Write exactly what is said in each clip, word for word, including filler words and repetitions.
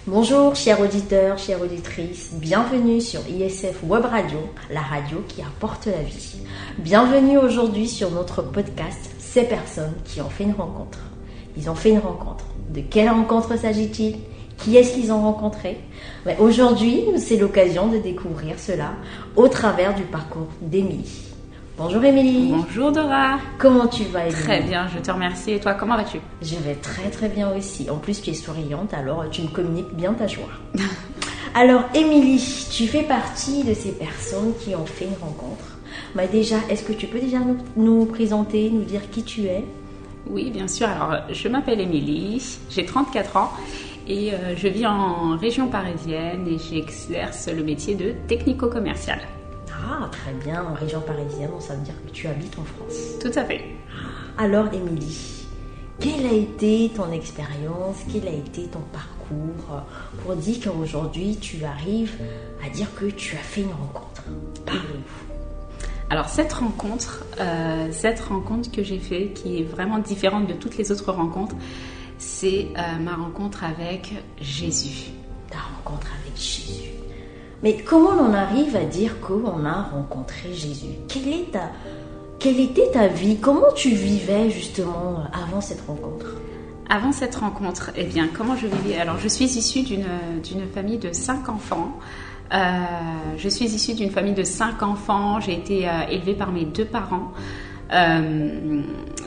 Bonjour chers auditeurs, chères auditrices, bienvenue sur I S F Web Radio, la radio qui apporte la vie. Bienvenue aujourd'hui sur notre podcast Ces personnes qui ont fait une rencontre. Ils ont fait une rencontre. De quelle rencontre s'agit-il ? Qui est-ce qu'ils ont rencontré ? Mais aujourd'hui, c'est l'occasion de découvrir cela au travers du parcours d'Émilie. Bonjour Émilie. Bonjour Dora. Comment tu vas Émilie ? Très bien, je te remercie. Et toi, comment vas-tu ? Je vais très très bien aussi. En plus, tu es souriante, alors tu me communiques bien ta joie. Alors Émilie, tu fais partie de ces personnes qui ont fait une rencontre. Bah déjà, est-ce que tu peux déjà nous, nous présenter, nous dire qui tu es ? Oui, bien sûr. Alors, je m'appelle Émilie, j'ai trente-quatre ans et euh, je vis en région parisienne et j'exerce le métier de technico-commercial. Ah, très bien, en région parisienne, ça veut dire que tu habites en France. Tout à fait. Alors, Émilie, quelle a été ton expérience, quel a été ton parcours pour dire qu'aujourd'hui, tu arrives à dire que tu as fait une rencontre ? Parle-nous. Alors, cette rencontre, euh, cette rencontre que j'ai faite, qui est vraiment différente de toutes les autres rencontres, c'est euh, ma rencontre avec Jésus. Ta rencontre avec Jésus. Mais comment on arrive à dire qu'on a rencontré Jésus ? Quelle est ta, quelle était ta vie ? Comment tu vivais justement avant cette rencontre ? Avant cette rencontre, eh bien, comment je vivais ? Alors, je suis issue d'une, d'une famille de cinq enfants. Euh, je suis issue d'une famille de cinq enfants. J'ai été euh, élevée par mes deux parents euh,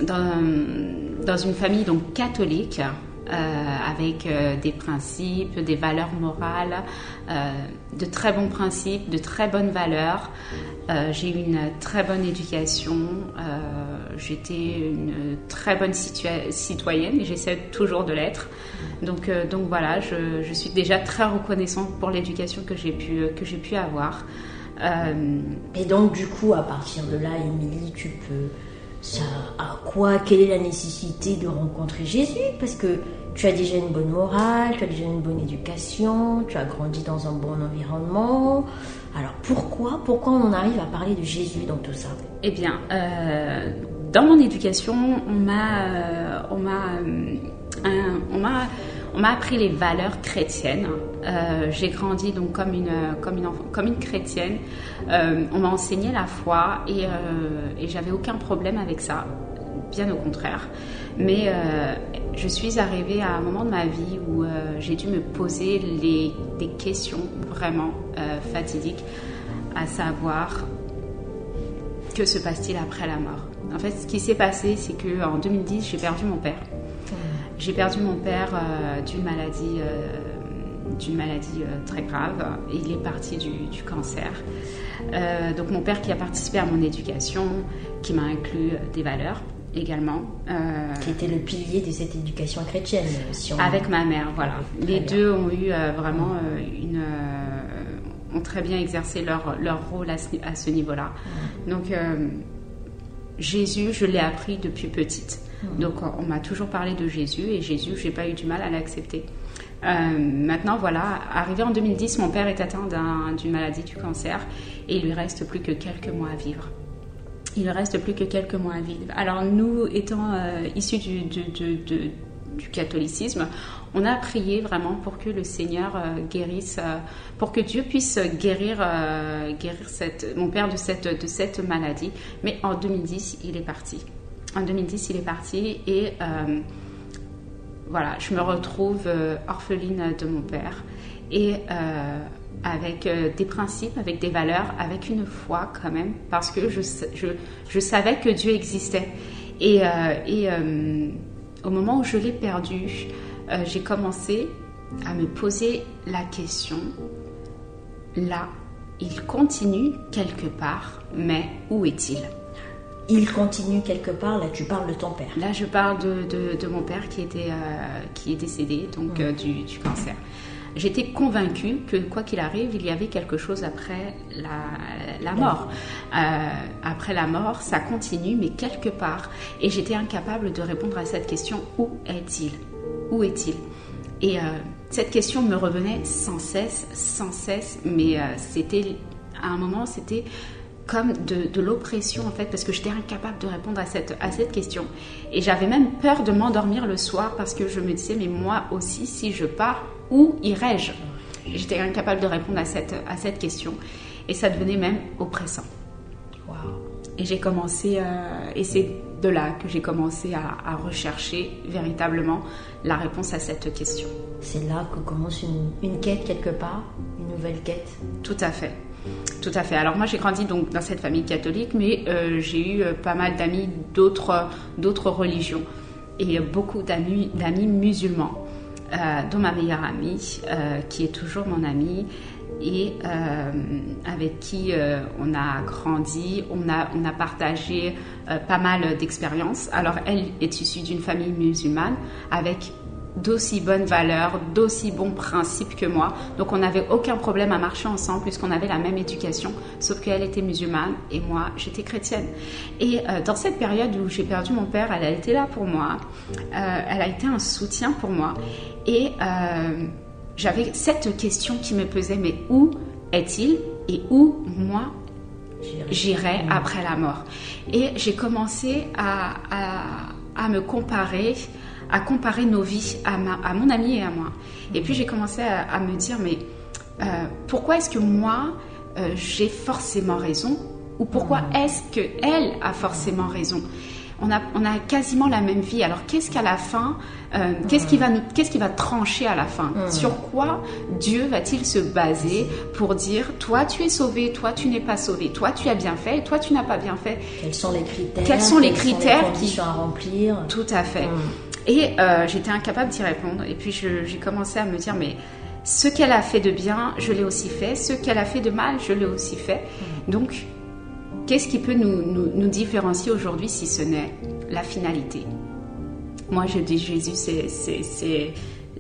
dans, dans une famille donc catholique. Euh, avec euh, des principes, des valeurs morales, euh, de très bons principes, de très bonnes valeurs. Euh, j'ai eu une très bonne éducation, euh, j'étais une très bonne situa- citoyenne et j'essaie toujours de l'être. Donc, euh, donc voilà, je, je suis déjà très reconnaissante pour l'éducation que j'ai pu, que j'ai pu avoir. Euh... Et donc du coup, à partir de là, Émilie, tu peux... Ça, à quoi, quelle est la nécessité de rencontrer Jésus ? Parce que tu as déjà une bonne morale, tu as déjà une bonne éducation, tu as grandi dans un bon environnement. Alors pourquoi, pourquoi on en arrive à parler de Jésus dans tout ça ? Eh bien, euh, dans mon éducation, on m'a, euh, on m'a, euh, un, on m'a, on m'a appris les valeurs chrétiennes. Euh, j'ai grandi donc comme une, comme une, enfant, comme une chrétienne. Euh, on m'a enseigné la foi et, euh, et j'avais aucun problème avec ça, bien au contraire. Mais euh, je suis arrivée à un moment de ma vie où euh, j'ai dû me poser les, des questions vraiment euh, fatidiques, à savoir, que se passe-t-il après la mort ? En fait, ce qui s'est passé, c'est qu'en deux mille dix, j'ai perdu mon père. J'ai perdu mon père euh, d'une maladie, euh, d'une maladie euh, très grave. Et il est parti du, du cancer. Euh, donc mon père qui a participé à mon éducation, qui m'a inclus des valeurs également. Euh, qui était le pilier de cette éducation chrétienne. Si on... Avec ma mère, voilà. Les deux ont eu euh, vraiment euh, une... Euh, ont très bien exercé leur, leur rôle à ce, à ce niveau-là. Mmh. Donc euh, Jésus, je l'ai appris depuis petite. Donc on m'a toujours parlé de Jésus et Jésus, j'ai pas eu du mal à l'accepter. Euh, maintenant voilà, arrivé en deux mille dix, mon père est atteint d'un, d'une maladie du cancer et il lui reste plus que quelques mois à vivre. Il ne reste plus que quelques mois à vivre. Alors nous, étant euh, issus du, du, du, du, du catholicisme, on a prié vraiment pour que le Seigneur euh, guérisse, euh, pour que Dieu puisse guérir, euh, guérir cette, mon père de cette, de cette maladie. Mais en deux mille dix, il est parti. En deux mille dix, il est parti et euh, voilà, je me retrouve euh, orpheline de mon père et euh, avec euh, des principes, avec des valeurs, avec une foi quand même, parce que je, je, je savais que Dieu existait. Et, euh, et euh, au moment où je l'ai perdu, euh, j'ai commencé à me poser la question, là, il continue quelque part, mais où est-il ? Il continue quelque part, là tu parles de ton père. Là je parle de, de, de mon père qui, était, euh, qui est décédé donc, mmh. euh, du, du cancer. J'étais convaincue que quoi qu'il arrive, il y avait quelque chose après la, la mort. Euh, après la mort, ça continue, mais quelque part. Et j'étais incapable de répondre à cette question, où est-il ? Où est-il ? Et euh, cette question me revenait sans cesse, sans cesse, mais euh, c'était, à un moment, c'était... comme de, de l'oppression en fait, parce que j'étais incapable de répondre à cette, à cette question. Et j'avais même peur de m'endormir le soir parce que je me disais, mais moi aussi, si je pars, où irais-je? J'étais incapable de répondre à cette, à cette question et ça devenait même oppressant. Wow. Et j'ai commencé, euh, et c'est de là que j'ai commencé à, à rechercher véritablement la réponse à cette question. C'est là que commence une, une quête quelque part, une nouvelle quête. Tout à fait. Tout à fait. Alors moi j'ai grandi donc dans cette famille catholique, mais euh, j'ai eu euh, pas mal d'amis d'autres, d'autres religions et beaucoup d'amis, d'amis musulmans, euh, dont ma meilleure amie, euh, qui est toujours mon amie et euh, avec qui euh, on a grandi, on a, on a partagé euh, pas mal d'expériences. Alors elle est issue d'une famille musulmane avec d'aussi bonnes valeurs, d'aussi bons principes que moi. Donc on n'avait aucun problème à marcher ensemble puisqu'on avait la même éducation, sauf qu'elle était musulmane et moi j'étais chrétienne. Et euh, dans cette période où j'ai perdu mon père, elle a été là pour moi, euh, elle a été un soutien pour moi et euh, j'avais cette question qui me pesait, mais où est-il et où moi j'irai, j'irai après la mort? Et j'ai commencé à, à, à me comparer à comparer nos vies, à, ma, à mon ami et à moi. Et puis j'ai commencé à, à me dire, mais euh, pourquoi est-ce que moi, euh, j'ai forcément raison? Ou pourquoi est-ce qu'elle a forcément raison? On a, on a quasiment la même vie. Alors qu'est-ce qu'à la fin, euh, qu'est-ce qui va nous, qu'est-ce qui va trancher à la fin? Sur quoi Dieu va-t-il se baser pour dire, toi tu es sauvé, toi tu n'es pas sauvé, toi tu as bien fait, et toi tu n'as pas bien fait? Quels sont les critères? Quels sont les critères sont les conditions qui... à remplir? Tout à fait. Hum. Et euh, j'étais incapable d'y répondre. Et puis je, j'ai commencé à me dire, mais ce qu'elle a fait de bien, je l'ai aussi fait. Ce qu'elle a fait de mal, je l'ai aussi fait. Donc, qu'est-ce qui peut nous, nous, nous différencier aujourd'hui si ce n'est la finalité? Moi, je dis Jésus, c'est, c'est, c'est,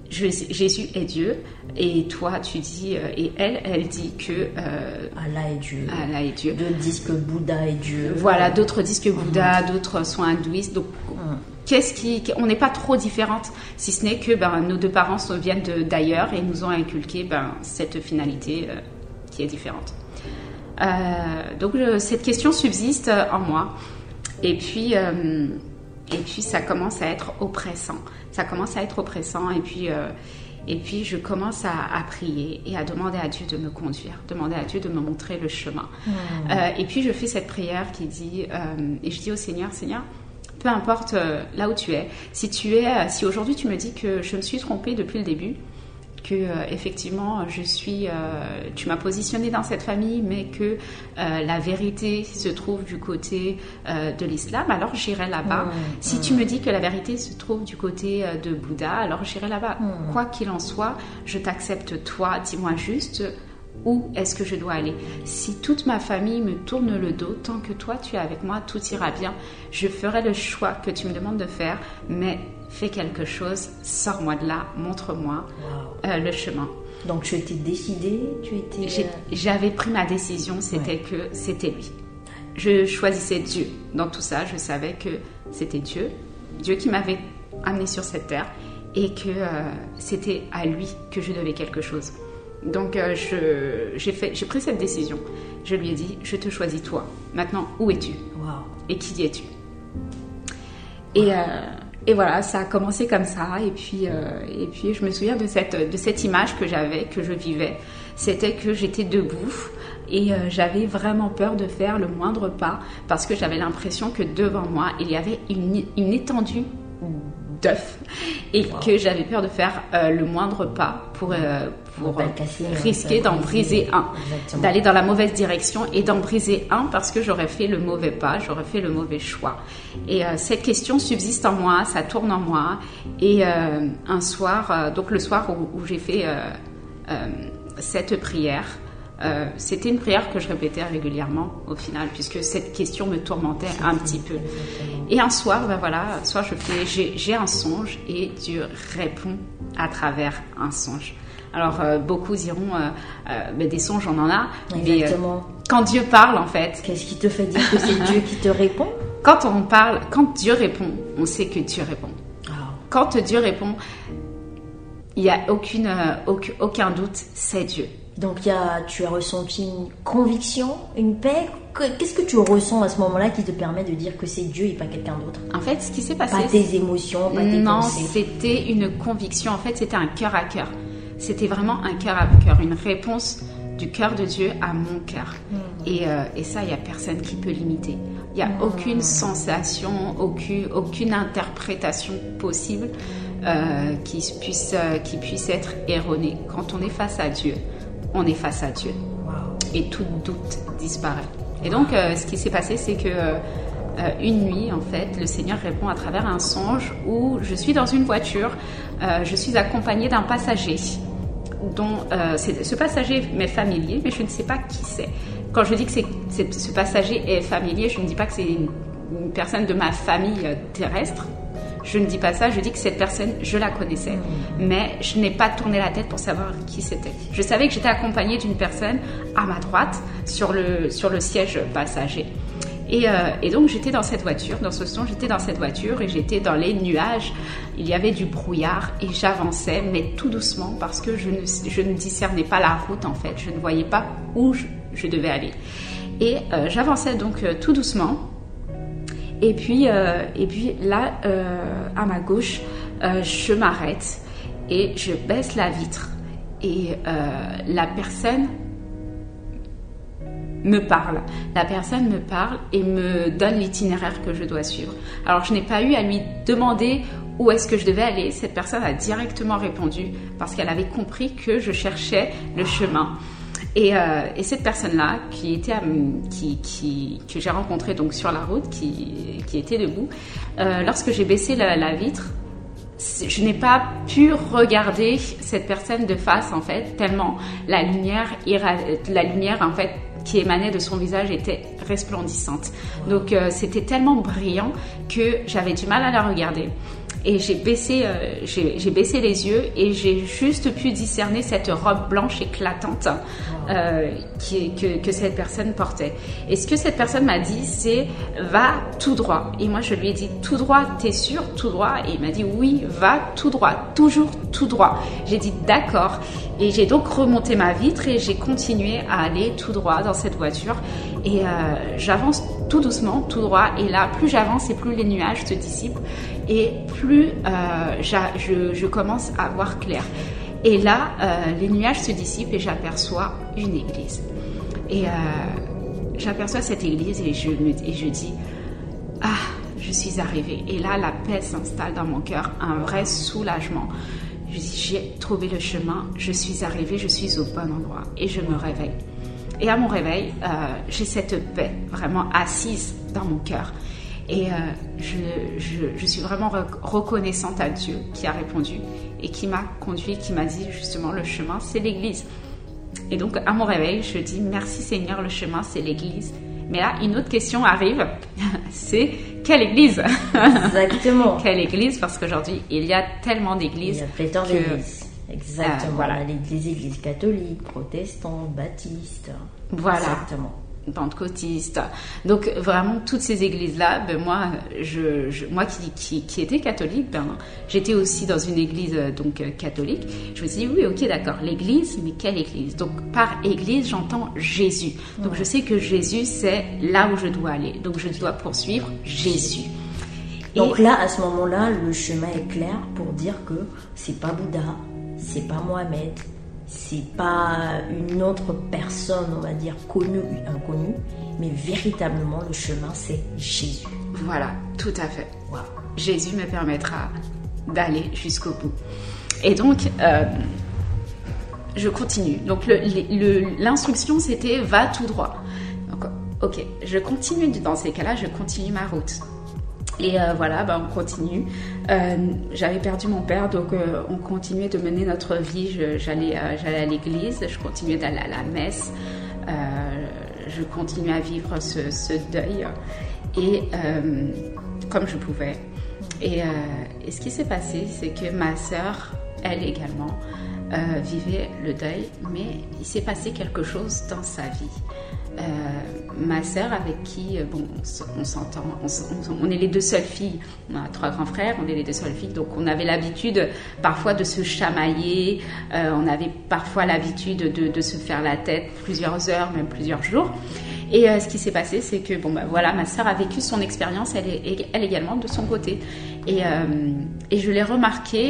Jésus est Dieu. Et toi, tu dis, et elle, elle dit que euh, Allah est Dieu. Allah est Dieu. D'autres disent que Bouddha est Dieu. Voilà, d'autres disent que Bouddha, mmh. d'autres sont hindouistes. Donc, mmh. qu'est-ce qui, on n'est pas trop différentes, si ce n'est que ben, nos deux parents viennent de, d'ailleurs et nous ont inculqué ben, cette finalité euh, qui est différente. Euh, donc, je, cette question subsiste en moi. Et puis, euh, et puis, ça commence à être oppressant. Ça commence à être oppressant. Et puis, euh, et puis je commence à, à prier et à demander à Dieu de me conduire, demander à Dieu de me montrer le chemin. Mmh. Euh, et puis, je fais cette prière qui dit, euh, et je dis au Seigneur, Seigneur, peu importe euh, là où tu es, si tu es, euh, si aujourd'hui tu me dis que je me suis trompée depuis le début, que euh, effectivement je suis, euh, tu m'as positionnée dans cette famille, mais que euh, la vérité se trouve du côté euh, de l'islam, alors j'irai là-bas. Mmh, si mmh. tu me dis que la vérité se trouve du côté euh, de Bouddha, alors j'irai là-bas. Mmh. Quoi qu'il en soit, je t'accepte toi. Dis-moi juste où est-ce que je dois aller? Si toute ma famille me tourne le dos, tant que toi tu es avec moi, tout ira bien. Je ferai le choix que tu me demandes de faire, mais fais quelque chose, sors-moi de là, montre-moi wow. euh, le chemin. Donc tu étais décidée, tu étais... J'ai, j'avais pris ma décision, c'était ouais. que c'était lui. Je choisissais Dieu dans tout ça, je savais que c'était Dieu, Dieu qui m'avait amenée sur cette terre et que euh, c'était à lui que je devais quelque chose. Donc euh, je, j'ai, fait, j'ai pris cette décision. Je lui ai dit, je te choisis toi. Maintenant, où es-tu? Wow. Et qui es-tu? Et, wow. euh, et voilà, ça a commencé comme ça. Et puis, euh, et puis je me souviens de cette, de cette image que j'avais, que je vivais. C'était que j'étais debout et euh, j'avais vraiment peur de faire le moindre pas parce que j'avais l'impression que devant moi, il y avait une, une étendue d'œufs et wow. que j'avais peur de faire euh, le moindre pas pour, euh, pour euh, casser, risquer d'en briser un, exactement. D'aller dans la mauvaise direction et d'en briser un parce que j'aurais fait le mauvais pas, j'aurais fait le mauvais choix. Et euh, cette question subsiste en moi, ça tourne en moi. Et euh, un soir, euh, donc le soir où, où j'ai fait euh, euh, cette prière, Euh, c'était une prière que je répétais régulièrement au final, puisque cette question me tourmentait c'est un petit peu. Et un soir, ben voilà, un soir je fais, j'ai, j'ai un songe et Dieu répond à travers un songe. Alors euh, beaucoup diront, euh, euh, ben, des songes on en a, exactement. Mais euh, quand Dieu parle en fait, qu'est-ce qui te fait dire que c'est Dieu qui te répond? Quand on parle, quand Dieu répond, on sait que Dieu répond. Oh. Quand Dieu répond, il n'y a aucune, euh, aucun, aucun doute, c'est Dieu. Donc, y a, tu as ressenti une conviction, une paix. Qu'est-ce que tu ressens à ce moment-là qui te permet de dire que c'est Dieu et pas quelqu'un d'autre? En fait, ce qui s'est passé... Pas tes émotions, pas tes non, pensées. Non, c'était une conviction. En fait, c'était un cœur à cœur. c'était vraiment un cœur avec cœur, une réponse du cœur de Dieu à mon cœur. Mmh. Et, euh, et ça, il n'y a personne qui peut l'imiter. Il n'y a mmh. aucune sensation, aucune, aucune interprétation possible euh, qui, puisse, euh, qui puisse être erronée. Quand on est face à Dieu, on est face à Dieu. Wow. Et tout doute disparaît. Et donc, euh, ce qui s'est passé, c'est que euh, une nuit, en fait, le Seigneur répond à travers un songe où je suis dans une voiture, euh, je suis accompagnée d'un passager dont euh, c'est, ce passager m'est familier, mais je ne sais pas qui c'est. Quand je dis que c'est, c'est, ce passager est familier, je ne dis pas que c'est une, une personne de ma famille euh, terrestre. Je ne dis pas ça, je dis que cette personne, je la connaissais, mais je n'ai pas tourné la tête pour savoir qui c'était. Je savais que j'étais accompagnée d'une personne à ma droite sur le, sur le siège passager. Et, euh, et donc j'étais dans cette voiture, dans ce son, j'étais dans cette voiture et j'étais dans les nuages. Il y avait du brouillard et j'avançais, mais tout doucement parce que je ne, je ne discernais pas la route en fait. Je ne voyais pas où je, je devais aller. Et euh, j'avançais donc euh, tout doucement. Et puis, euh, et puis là, euh, à ma gauche, euh, je m'arrête et je baisse la vitre. Et euh, la personne me parle. La personne me parle et me donne l'itinéraire que je dois suivre. Alors, je n'ai pas eu à lui demander où est-ce que je devais aller. Cette personne a directement répondu parce qu'elle avait compris que je cherchais le chemin. Et, euh, et cette personne-là, qui était, qui, qui, que j'ai rencontrée donc sur la route, qui, qui était debout, euh, lorsque j'ai baissé la, la vitre, je n'ai pas pu regarder cette personne de face en fait, tellement la lumière, la lumière en fait qui émanait de son visage était resplendissante. Donc euh, c'était tellement brillant que j'avais du mal à la regarder. Et j'ai baissé, euh, j'ai, j'ai baissé les yeux et j'ai juste pu discerner cette robe blanche éclatante euh, qui, que, que cette personne portait. Et ce que cette personne m'a dit, c'est « va tout droit ». Et moi, je lui ai dit « tout droit, t'es sûr, tout droit ?» Et il m'a dit « oui, va tout droit, toujours tout droit ». J'ai dit « d'accord ». Et j'ai donc remonté ma vitre et j'ai continué à aller tout droit dans cette voiture. Et euh, j'avance tout doucement, tout droit. Et là, plus j'avance et plus les nuages se dissipent. Et plus euh, je, je commence à voir clair. Et là, euh, les nuages se dissipent et j'aperçois une église. Et euh, j'aperçois cette église et je, me, et je dis « Ah, je suis arrivée ». Et là, la paix s'installe dans mon cœur, un vrai soulagement. Je dis « J'ai trouvé le chemin, je suis arrivée, je suis au bon endroit ». Et je me réveille. Et à mon réveil, euh, j'ai cette paix vraiment assise dans mon cœur. Et euh, je, je, je suis vraiment reconnaissante à Dieu qui a répondu et qui m'a conduit, qui m'a dit justement le chemin, c'est l'église. Et donc à mon réveil, je dis merci Seigneur, le chemin, c'est l'église. Mais là, une autre question arrive, c'est quelle église ? Exactement. Quelle église ? Parce qu'aujourd'hui, il y a tellement d'églises. Il y a pléthore que... d'églises. Exactement. Euh, voilà. On a les églises catholiques, protestantes, baptistes. Voilà. Exactement. Pentecôtiste. Donc vraiment toutes ces églises-là, ben moi, je, je, moi qui, qui, qui étais catholique, ben j'étais aussi dans une église donc catholique. Je me suis dit oui, ok, d'accord, l'église, mais quelle église ? Donc par église, j'entends Jésus. Donc ouais. Je sais que Jésus, c'est là où je dois aller. Donc je dois poursuivre Jésus. Donc Et... là, à ce moment-là, le chemin est clair pour dire que c'est pas Bouddha, c'est pas Mohamed. C'est pas une autre personne, on va dire, connue ou inconnue, mais véritablement le chemin, c'est Jésus. Voilà, tout à fait. Wow. Jésus me permettra d'aller jusqu'au bout. Et donc, euh, je continue. Donc, le, le, l'instruction, c'était « va tout droit ». Donc, ok, je continue, dans ces cas-là, je continue ma route. Et euh, voilà, bah, on continue. Euh, j'avais perdu mon père, donc euh, on continuait de mener notre vie. Je, j'allais, euh, j'allais à l'église, je continuais d'aller à la messe, euh, je continuais à vivre ce, ce deuil, et euh, comme je pouvais. Et, euh, et ce qui s'est passé, c'est que ma sœur, elle également, euh, vivait le deuil, mais il s'est passé quelque chose dans sa vie. Euh, ma sœur avec qui bon, on, on s'entend, on, on, on est les deux seules filles, on a trois grands frères, on est les deux seules filles, donc on avait l'habitude parfois de se chamailler, euh, on avait parfois l'habitude de, de se faire la tête plusieurs heures, même plusieurs jours. Et euh, ce qui s'est passé, c'est que bon, bah, voilà, ma sœur a vécu son expérience, elle, est, elle également de son côté. Et, euh, et je l'ai remarqué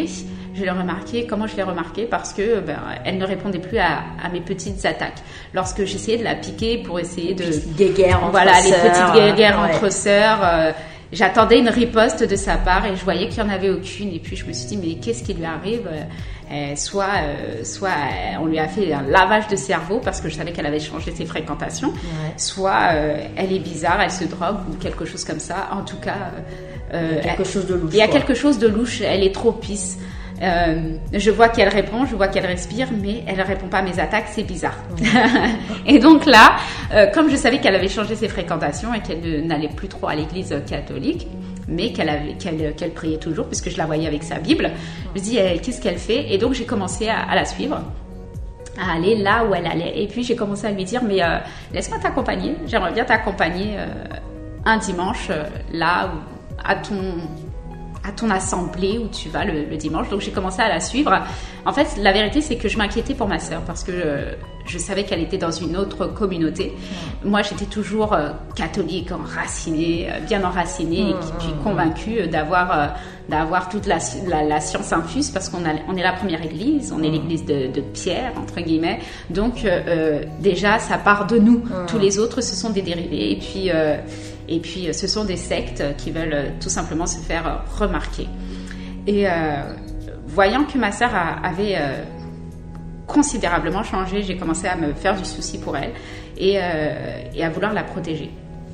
Je l'ai remarqué. Comment je l'ai remarqué? Parce que ben, elle ne répondait plus à, à mes petites attaques. Lorsque j'essayais de la piquer pour essayer de... Des guerres entre voilà, sœurs. les petites guerres ouais. entre sœurs. Euh, j'attendais une riposte de sa part et je voyais qu'il n'y en avait aucune. Et puis je me suis dit, mais qu'est-ce qui lui arrive? euh, Soit, euh, soit euh, on lui a fait un lavage de cerveau parce que je savais qu'elle avait changé ses fréquentations. Ouais. Soit euh, elle est bizarre, elle se drogue ou quelque chose comme ça. En tout cas... Euh, il y a quelque elle, chose de louche. Il y a quelque chose de louche, elle est trop pisse. Euh, je vois qu'elle répond, je vois qu'elle respire, mais elle ne répond pas à mes attaques, c'est bizarre. Mmh. Et donc là, euh, comme je savais qu'elle avait changé ses fréquentations et qu'elle n'allait plus trop à l'église catholique, mais qu'elle, avait, qu'elle, qu'elle priait toujours, puisque je la voyais avec sa Bible, mmh. je me dis, eh, qu'est-ce qu'elle fait? Et donc j'ai commencé à, à la suivre, à aller là où elle allait. Et puis j'ai commencé à lui dire, mais euh, laisse-moi t'accompagner, j'aimerais bien t'accompagner euh, un dimanche, euh, là où, à ton... à ton assemblée où tu vas le, le dimanche. Donc j'ai commencé à la suivre. En fait, la vérité, c'est que je m'inquiétais pour ma sœur parce que euh, je savais qu'elle était dans une autre communauté. Mmh. Moi, j'étais toujours euh, catholique, enracinée, euh, bien enracinée, mmh. et puis convaincue d'avoir, euh, d'avoir toute la, la, la science infuse parce qu'on a, on est la première église, on est mmh. l'église de, de Pierre, entre guillemets. Donc euh, déjà, ça part de nous. Mmh. Tous les autres, ce sont des dérivés. Et puis... Euh, Et puis, ce sont des sectes qui veulent tout simplement se faire remarquer. Et euh, voyant que ma sœur a, avait euh, considérablement changé, j'ai commencé à me faire du souci pour elle et, euh, et à vouloir la protéger.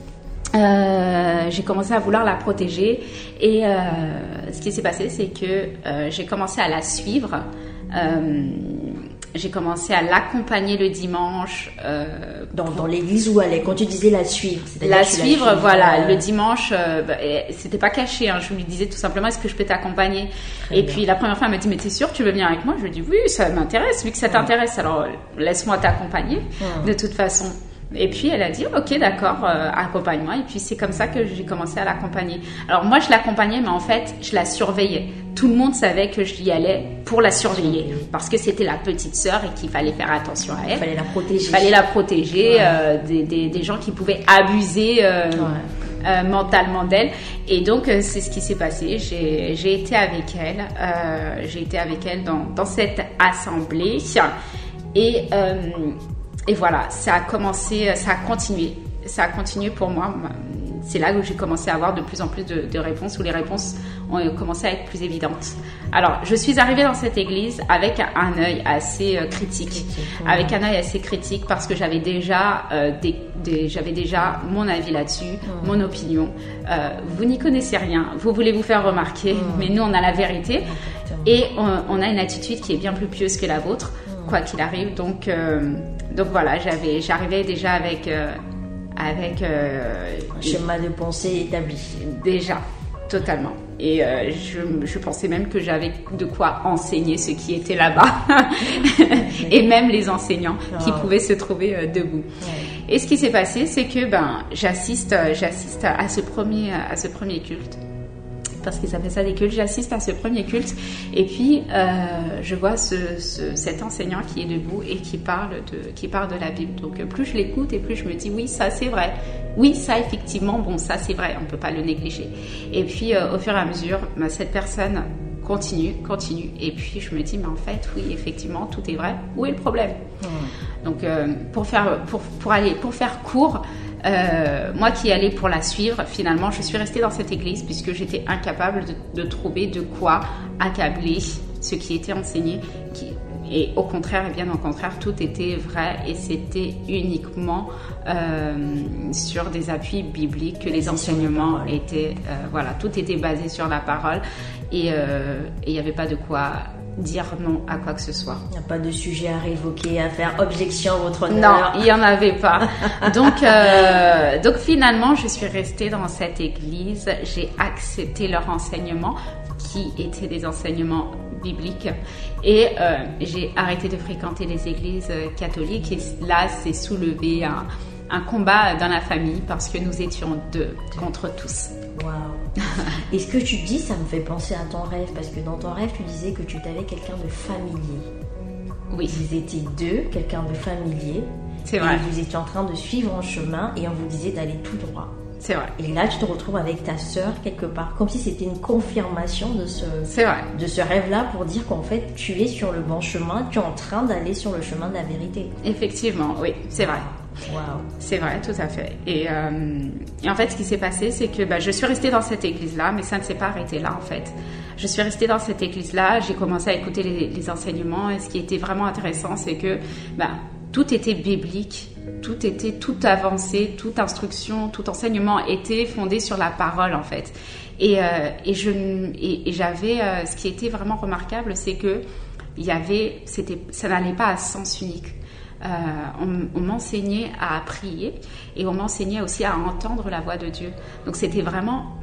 Euh, j'ai commencé à vouloir la protéger et euh, ce qui s'est passé, c'est que euh, j'ai commencé à la suivre. Euh, J'ai commencé à l'accompagner le dimanche. Euh, dans, dans l'église où elle est. Quand tu disais la suivre, la suivre, la voilà. Euh... Le dimanche, euh, bah, c'était pas caché. Hein, je lui disais tout simplement, est-ce que je peux t'accompagner? Très Et bien. Puis la première fois, elle m'a dit, mais t'es sûre, tu veux venir avec moi? Je lui ai dit, oui, ça m'intéresse. Vu que ça t'intéresse, alors laisse-moi t'accompagner. Hum. De toute façon. Et puis elle a dit ok d'accord euh, accompagne-moi et puis c'est comme ça que j'ai commencé à l'accompagner. Alors moi je l'accompagnais mais en fait je la surveillais. Tout le monde savait que j'y allais pour la surveiller parce que c'était la petite sœur et qu'il fallait faire attention à elle. Il fallait la protéger. Il fallait la protéger ouais. euh, des, des, des gens qui pouvaient abuser euh, ouais. euh, mentalement d'elle. Et donc euh, c'est ce qui s'est passé. J'ai, j'ai été avec elle. Euh, j'ai été avec elle dans, dans cette assemblée et euh, Et voilà, ça a commencé, ça a continué. Ça a continué pour moi. C'est là où j'ai commencé à avoir de plus en plus de, de réponses, où les réponses ont commencé à être plus évidentes. Alors, je suis arrivée dans cette église avec un œil assez euh, critique. critique avec un œil assez critique parce que j'avais déjà, euh, des, des, j'avais déjà mon avis là-dessus, mmh. mon opinion. Euh, vous n'y connaissez rien, vous voulez vous faire remarquer, mmh. mais nous, on a la vérité. Exactement. Et on, on a une attitude qui est bien plus pieuse que la vôtre, mmh. quoi qu'il arrive. Donc... Euh, Donc voilà, j'avais, j'arrivais déjà avec, euh, avec euh, un schéma de pensée établi. Déjà, totalement. Et euh, je, je pensais même que j'avais de quoi enseigner ceux qui étaient là-bas. Et même les enseignants oh. qui pouvaient se trouver euh, debout. Ouais. Et ce qui s'est passé, c'est que ben, j'assiste, j'assiste à ce premier, à ce premier culte. Parce qu'ils appellent ça des cultes, j'assiste à ce premier culte et puis euh, je vois ce, ce, cet enseignant qui est debout et qui parle, de, qui parle de la Bible. Donc plus je l'écoute et plus je me dis oui, ça c'est vrai, oui ça effectivement, bon ça c'est vrai, on ne peut pas le négliger. Et puis euh, au fur et à mesure, bah, cette personne continue, continue et puis je me dis mais en fait oui effectivement tout est vrai, où est le problème? mmh. Donc euh, pour, faire, pour, pour, aller, pour faire court, Euh, moi qui allais pour la suivre, finalement, je suis restée dans cette église puisque j'étais incapable de, de trouver de quoi accabler ce qui était enseigné. Qui, et au contraire, et bien au contraire, tout était vrai et c'était uniquement euh, sur des appuis bibliques que les enseignements étaient... Euh, voilà, tout était basé sur la parole et il n'y avait pas de quoi... dire non à quoi que ce soit. Il n'y a pas de sujet à révoquer, à faire objection à votre honneur. Non, il n'y en avait pas. Donc, euh, donc finalement, je suis restée dans cette église. J'ai accepté leurs enseignements qui étaient des enseignements bibliques et euh, j'ai arrêté de fréquenter les églises catholiques et là, c'est soulevé un, un combat dans la famille parce que nous étions deux contre tous. Waouh. Et ce que tu dis, ça me fait penser à ton rêve, parce que dans ton rêve, tu disais que tu avais quelqu'un de familier. Oui. Vous étiez deux, quelqu'un de familier. C'est vrai. Et vous étiez en train de suivre un chemin et on vous disait d'aller tout droit. C'est vrai. Et là, tu te retrouves avec ta sœur quelque part, comme si c'était une confirmation de ce, c'est vrai. de ce rêve-là pour dire qu'en fait, tu es sur le bon chemin, tu es en train d'aller sur le chemin de la vérité. Effectivement, oui, c'est vrai. Wow. C'est vrai, tout à fait. Et, euh, et en fait, ce qui s'est passé, c'est que bah, je suis restée dans cette église-là, mais ça ne s'est pas arrêté là, en fait. Je suis restée dans cette église-là, j'ai commencé à écouter les, les enseignements, et ce qui était vraiment intéressant, c'est que bah, tout était biblique, tout était, toute avancée, toute instruction, tout enseignement était fondé sur la parole, en fait. Et, euh, et, je, et, et j'avais, euh, ce qui était vraiment remarquable, c'est que il y avait, c'était, ça n'allait pas à sens unique. Euh, on, on m'enseignait à prier et on m'enseignait aussi à entendre la voix de Dieu. Donc c'était vraiment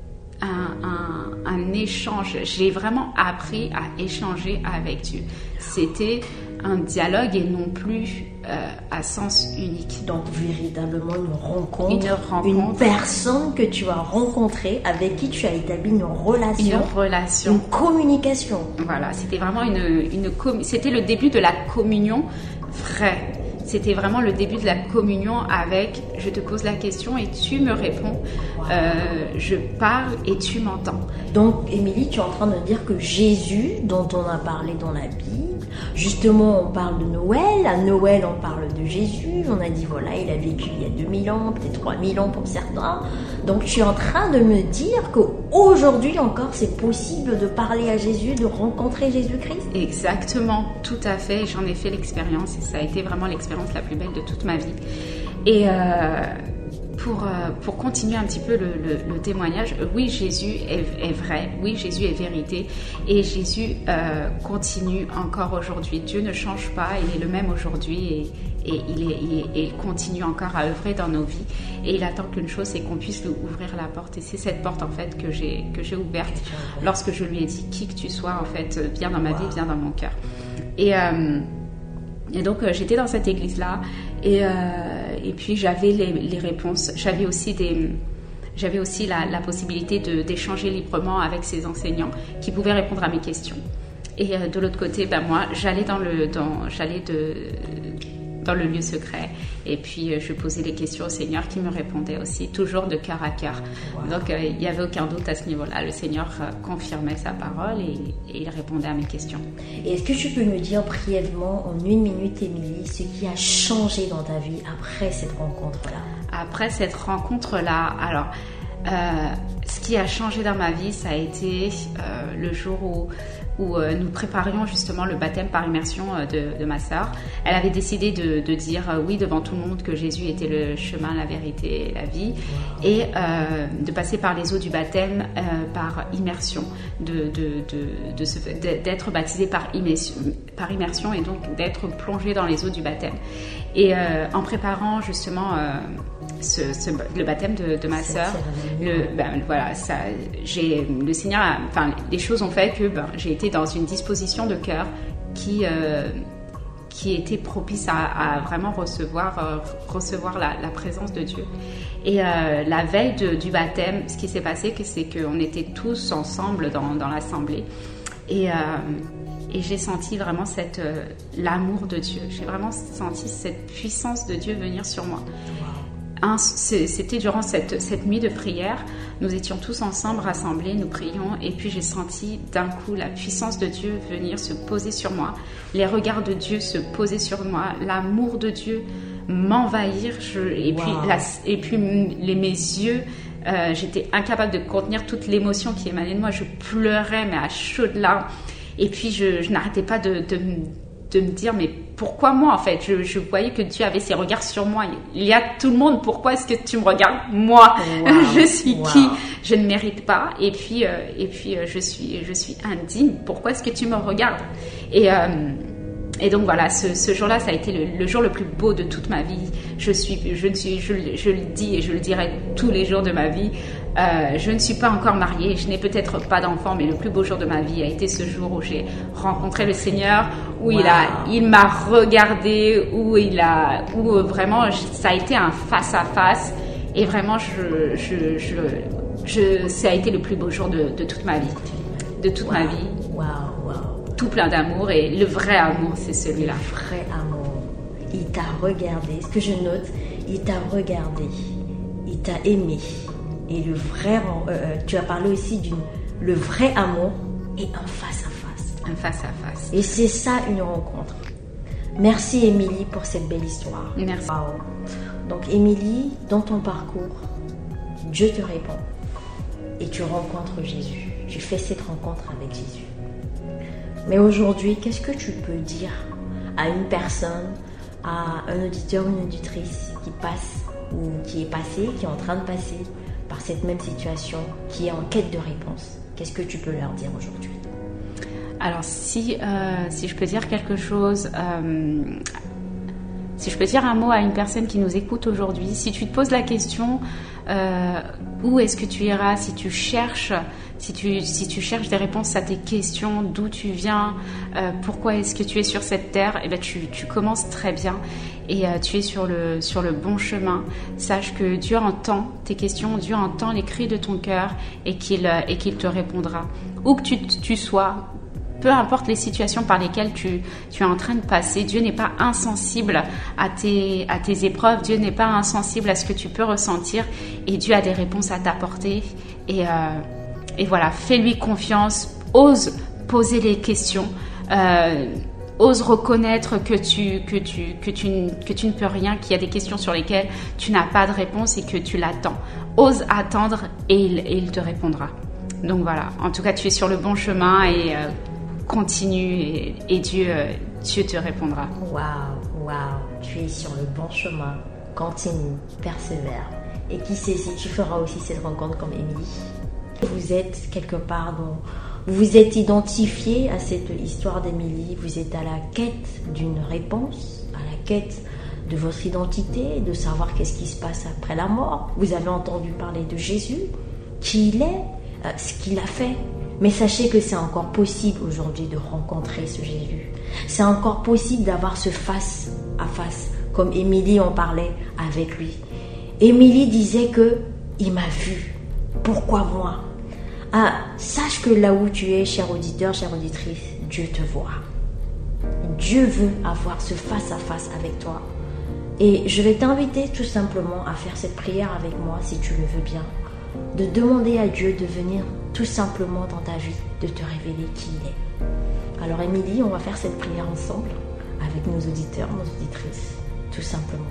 un, un, un échange. J'ai vraiment appris à échanger avec Dieu. C'était un dialogue et non plus euh, à sens unique. Donc véritablement une rencontre, une rencontre, une personne que tu as rencontrée, avec qui tu as établi une relation, une relation, une communication. Voilà, c'était vraiment une, une com- c'était le début de la communion vraie. C'était vraiment le début de la communion avec je te pose la question et tu me réponds. Wow. Euh, je parle et tu m'entends. Donc, Émilie, tu es en train de dire que Jésus, dont on a parlé dans la Bible, justement, on parle de Noël. À Noël, on parle de Jésus. On a dit, voilà, il a vécu il y a deux mille ans, peut-être trois mille ans pour certains. Donc, tu es en train de me dire qu'aujourd'hui encore, c'est possible de parler à Jésus, de rencontrer Jésus-Christ? Exactement, tout à fait. J'en ai fait l'expérience et ça a été vraiment l'expérience la plus belle de toute ma vie. Et euh, pour, euh, pour continuer un petit peu le, le, le témoignage, oui, Jésus est, est vrai, oui, Jésus est vérité et Jésus euh, continue encore aujourd'hui. Dieu ne change pas, il est le même aujourd'hui et, et il, est, il, est, il continue encore à œuvrer dans nos vies et il attend qu'une chose, c'est qu'on puisse lui ouvrir la porte et c'est cette porte en fait que j'ai, que j'ai ouverte lorsque je lui ai dit qui que tu sois en fait, viens dans ma vie, viens dans mon cœur. Et euh, Et donc, euh, j'étais dans cette église-là et, euh, et puis j'avais les, les réponses. J'avais aussi, des, j'avais aussi la, la possibilité de, d'échanger librement avec ces enseignants qui pouvaient répondre à mes questions. Et euh, de l'autre côté, ben moi, j'allais dans le, dans, j'allais de, dans le lieu secret et puis euh, je posais des questions au Seigneur qui me répondait aussi, toujours de cœur à cœur. Wow. Donc, euh, il n'y avait aucun doute à ce niveau-là. Le Seigneur euh, confirmait sa parole et, et il répondait à mes questions. Et est-ce que tu peux nous dire brièvement, en une minute, Émilie, ce qui a changé dans ta vie après cette rencontre-là? Après cette rencontre-là, alors, euh, ce qui a changé dans ma vie, ça a été euh, le jour où où euh, nous préparions justement le baptême par immersion euh, de, de ma sœur. Elle avait décidé de, de dire euh, oui devant tout le monde que Jésus était le chemin, la vérité et la vie, et euh, de passer par les eaux du baptême euh, par immersion, de, de, de, de se, d'être baptisé par immersion, par immersion et donc d'être plongé dans les eaux du baptême. Et euh, en préparant justement euh, ce, ce, le baptême de, de ma sœur, le, ben, voilà, ça, j'ai, le Seigneur, enfin, les choses ont fait que ben, j'ai été dans une disposition de cœur qui, euh, qui était propice à, à vraiment recevoir, euh, recevoir la, la présence de Dieu. Et euh, la veille de, du baptême, ce qui s'est passé, c'est qu'on était tous ensemble dans, dans l'assemblée. Et, euh, et j'ai senti vraiment cette, euh, l'amour de Dieu. J'ai vraiment senti cette puissance de Dieu venir sur moi. Un, c'était durant cette, cette nuit de prière, nous étions tous ensemble rassemblés, nous prions et puis j'ai senti d'un coup la puissance de Dieu venir se poser sur moi, les regards de Dieu se poser sur moi, l'amour de Dieu m'envahir je, et, wow. puis la, et puis les, mes yeux, euh, j'étais incapable de contenir toute l'émotion qui émanait de moi, je pleurais mais à chaudes larmes et puis je, je n'arrêtais pas de, de de me dire mais pourquoi moi en fait je, je voyais que Dieu avait ses regards sur moi, il y a tout le monde, pourquoi est-ce que tu me regardes moi? Wow. Je suis wow. qui? Je ne mérite pas et puis, euh, et puis euh, je, suis, je suis indigne, pourquoi est-ce que tu me regardes? et, euh, et donc voilà, ce, ce jour-là ça a été le, le jour le plus beau de toute ma vie. Je, suis, je, ne suis, je, je le dis et je le dirai tous les jours de ma vie. Euh, je ne suis pas encore mariée, je n'ai peut-être pas d'enfant, mais le plus beau jour de ma vie a été ce jour où j'ai rencontré le Seigneur, où wow. il a, il m'a regardé, où il a, où vraiment ça a été un face à face, et vraiment je, je, je, je, ça a été le plus beau jour de, de toute ma vie, de toute wow. ma vie. Wow, wow. Tout plein d'amour et le vrai amour, c'est celui-là. Le vrai amour. Il t'a regardé. Ce que je note, il t'a regardé. il t'a aimé. Et le vrai, euh, tu as parlé aussi du le vrai amour et un face à face. Un face à face. Et c'est ça une rencontre. Merci Émilie pour cette belle histoire. Merci. Wow. Donc Émilie, dans ton parcours, Dieu te répond et tu rencontres Jésus. Tu fais cette rencontre avec Jésus. Mais aujourd'hui, qu'est-ce que tu peux dire à une personne, à un auditeur ou une auditrice qui passe ou qui est passé, qui est en train de passer par cette même situation, qui est en quête de réponse? Qu'est-ce que tu peux leur dire aujourd'hui? Alors, si, euh, si je peux dire quelque chose, euh, si je peux dire un mot à une personne qui nous écoute aujourd'hui, si tu te poses la question, euh, où est-ce que tu iras si tu cherches, si tu, si tu cherches des réponses à tes questions, d'où tu viens, euh, pourquoi est-ce que tu es sur cette terre, eh ben tu, tu commences très bien et euh, tu es sur le, sur le bon chemin. Sache que Dieu entend tes questions, Dieu entend les cris de ton cœur et qu'il, et qu'il te répondra. Où que tu, tu sois, peu importe les situations par lesquelles tu, tu es en train de passer, Dieu n'est pas insensible à tes, à tes épreuves, Dieu n'est pas insensible à ce que tu peux ressentir et Dieu a des réponses à t'apporter. Et, euh, et voilà, fais-lui confiance, ose poser les questions, euh, ose reconnaître que tu, que, tu, que, tu, que tu ne peux rien, qu'il y a des questions sur lesquelles tu n'as pas de réponse et que tu l'attends. Ose attendre et il, et il te répondra. Donc voilà, en tout cas tu es sur le bon chemin et euh, continue et, et Dieu, euh, Dieu te répondra. Waouh, waouh, tu es sur le bon chemin, continue, persévère. Et qui sait si tu feras aussi cette rencontre comme Émilie. Vous êtes quelque part, dans, vous vous êtes identifié à cette histoire d'Émilie, vous êtes à la quête d'une réponse, à la quête de votre identité, de savoir qu'est-ce qui se passe après la mort. Vous avez entendu parler de Jésus, qui il est, euh, ce qu'il a fait. Mais sachez que c'est encore possible aujourd'hui de rencontrer ce Jésus. C'est encore possible d'avoir ce face à face, comme Émilie en parlait avec lui. Émilie disait que il m'a vu. Pourquoi moi? Ah, sache que là où tu es, cher auditeur, chère auditrice, Dieu te voit. Dieu veut avoir ce face à face avec toi. Et je vais t'inviter tout simplement à faire cette prière avec moi, si tu le veux bien, de demander à Dieu de venir tout simplement dans ta vie, de te révéler qui il est. Alors Émilie, on va faire cette prière ensemble avec nos auditeurs, nos auditrices, tout simplement.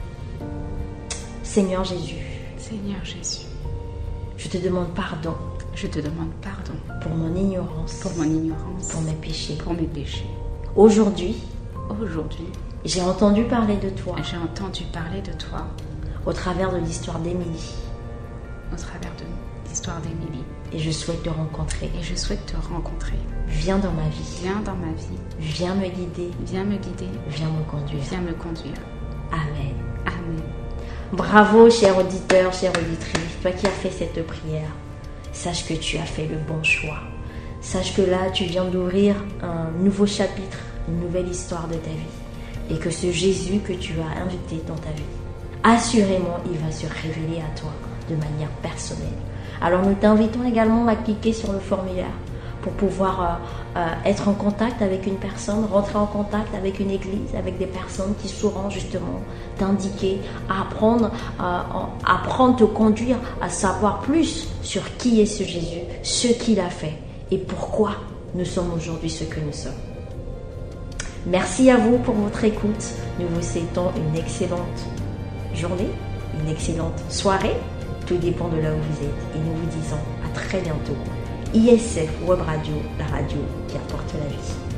Seigneur Jésus, Seigneur Jésus, je te demande pardon. Je te demande pardon pour mon ignorance, pour mon ignorance, pour mes péchés, pour mes péchés. Aujourd'hui, aujourd'hui, j'ai entendu parler de toi. J'ai entendu parler de toi au travers de l'histoire d'Émilie. Au travers de l'histoire d'Émilie. Et je souhaite te rencontrer. Et je souhaite te rencontrer. Viens dans ma vie. Viens dans ma vie. Viens me guider. Viens me guider. Viens me conduire. Viens me conduire. Amen. Amen. Bravo, cher auditeur, chère auditrice, toi qui as fait cette prière. Sache que tu as fait le bon choix. Sache que là, tu viens d'ouvrir un nouveau chapitre, une nouvelle histoire de ta vie. Et que ce Jésus que tu as invité dans ta vie, assurément, il va se révéler à toi de manière personnelle. Alors, nous t'invitons également à cliquer sur le formulaire pour pouvoir euh, euh, être en contact avec une personne, rentrer en contact avec une église, avec des personnes qui sauront justement t'indiquer, apprendre, euh, apprendre, te conduire à savoir plus sur qui est ce Jésus, ce qu'il a fait et pourquoi nous sommes aujourd'hui ce que nous sommes. Merci à vous pour votre écoute. Nous vous souhaitons une excellente journée, une excellente soirée. Tout dépend de là où vous êtes. Et nous vous disons à très bientôt. I S F Web Radio, la radio qui apporte la vie.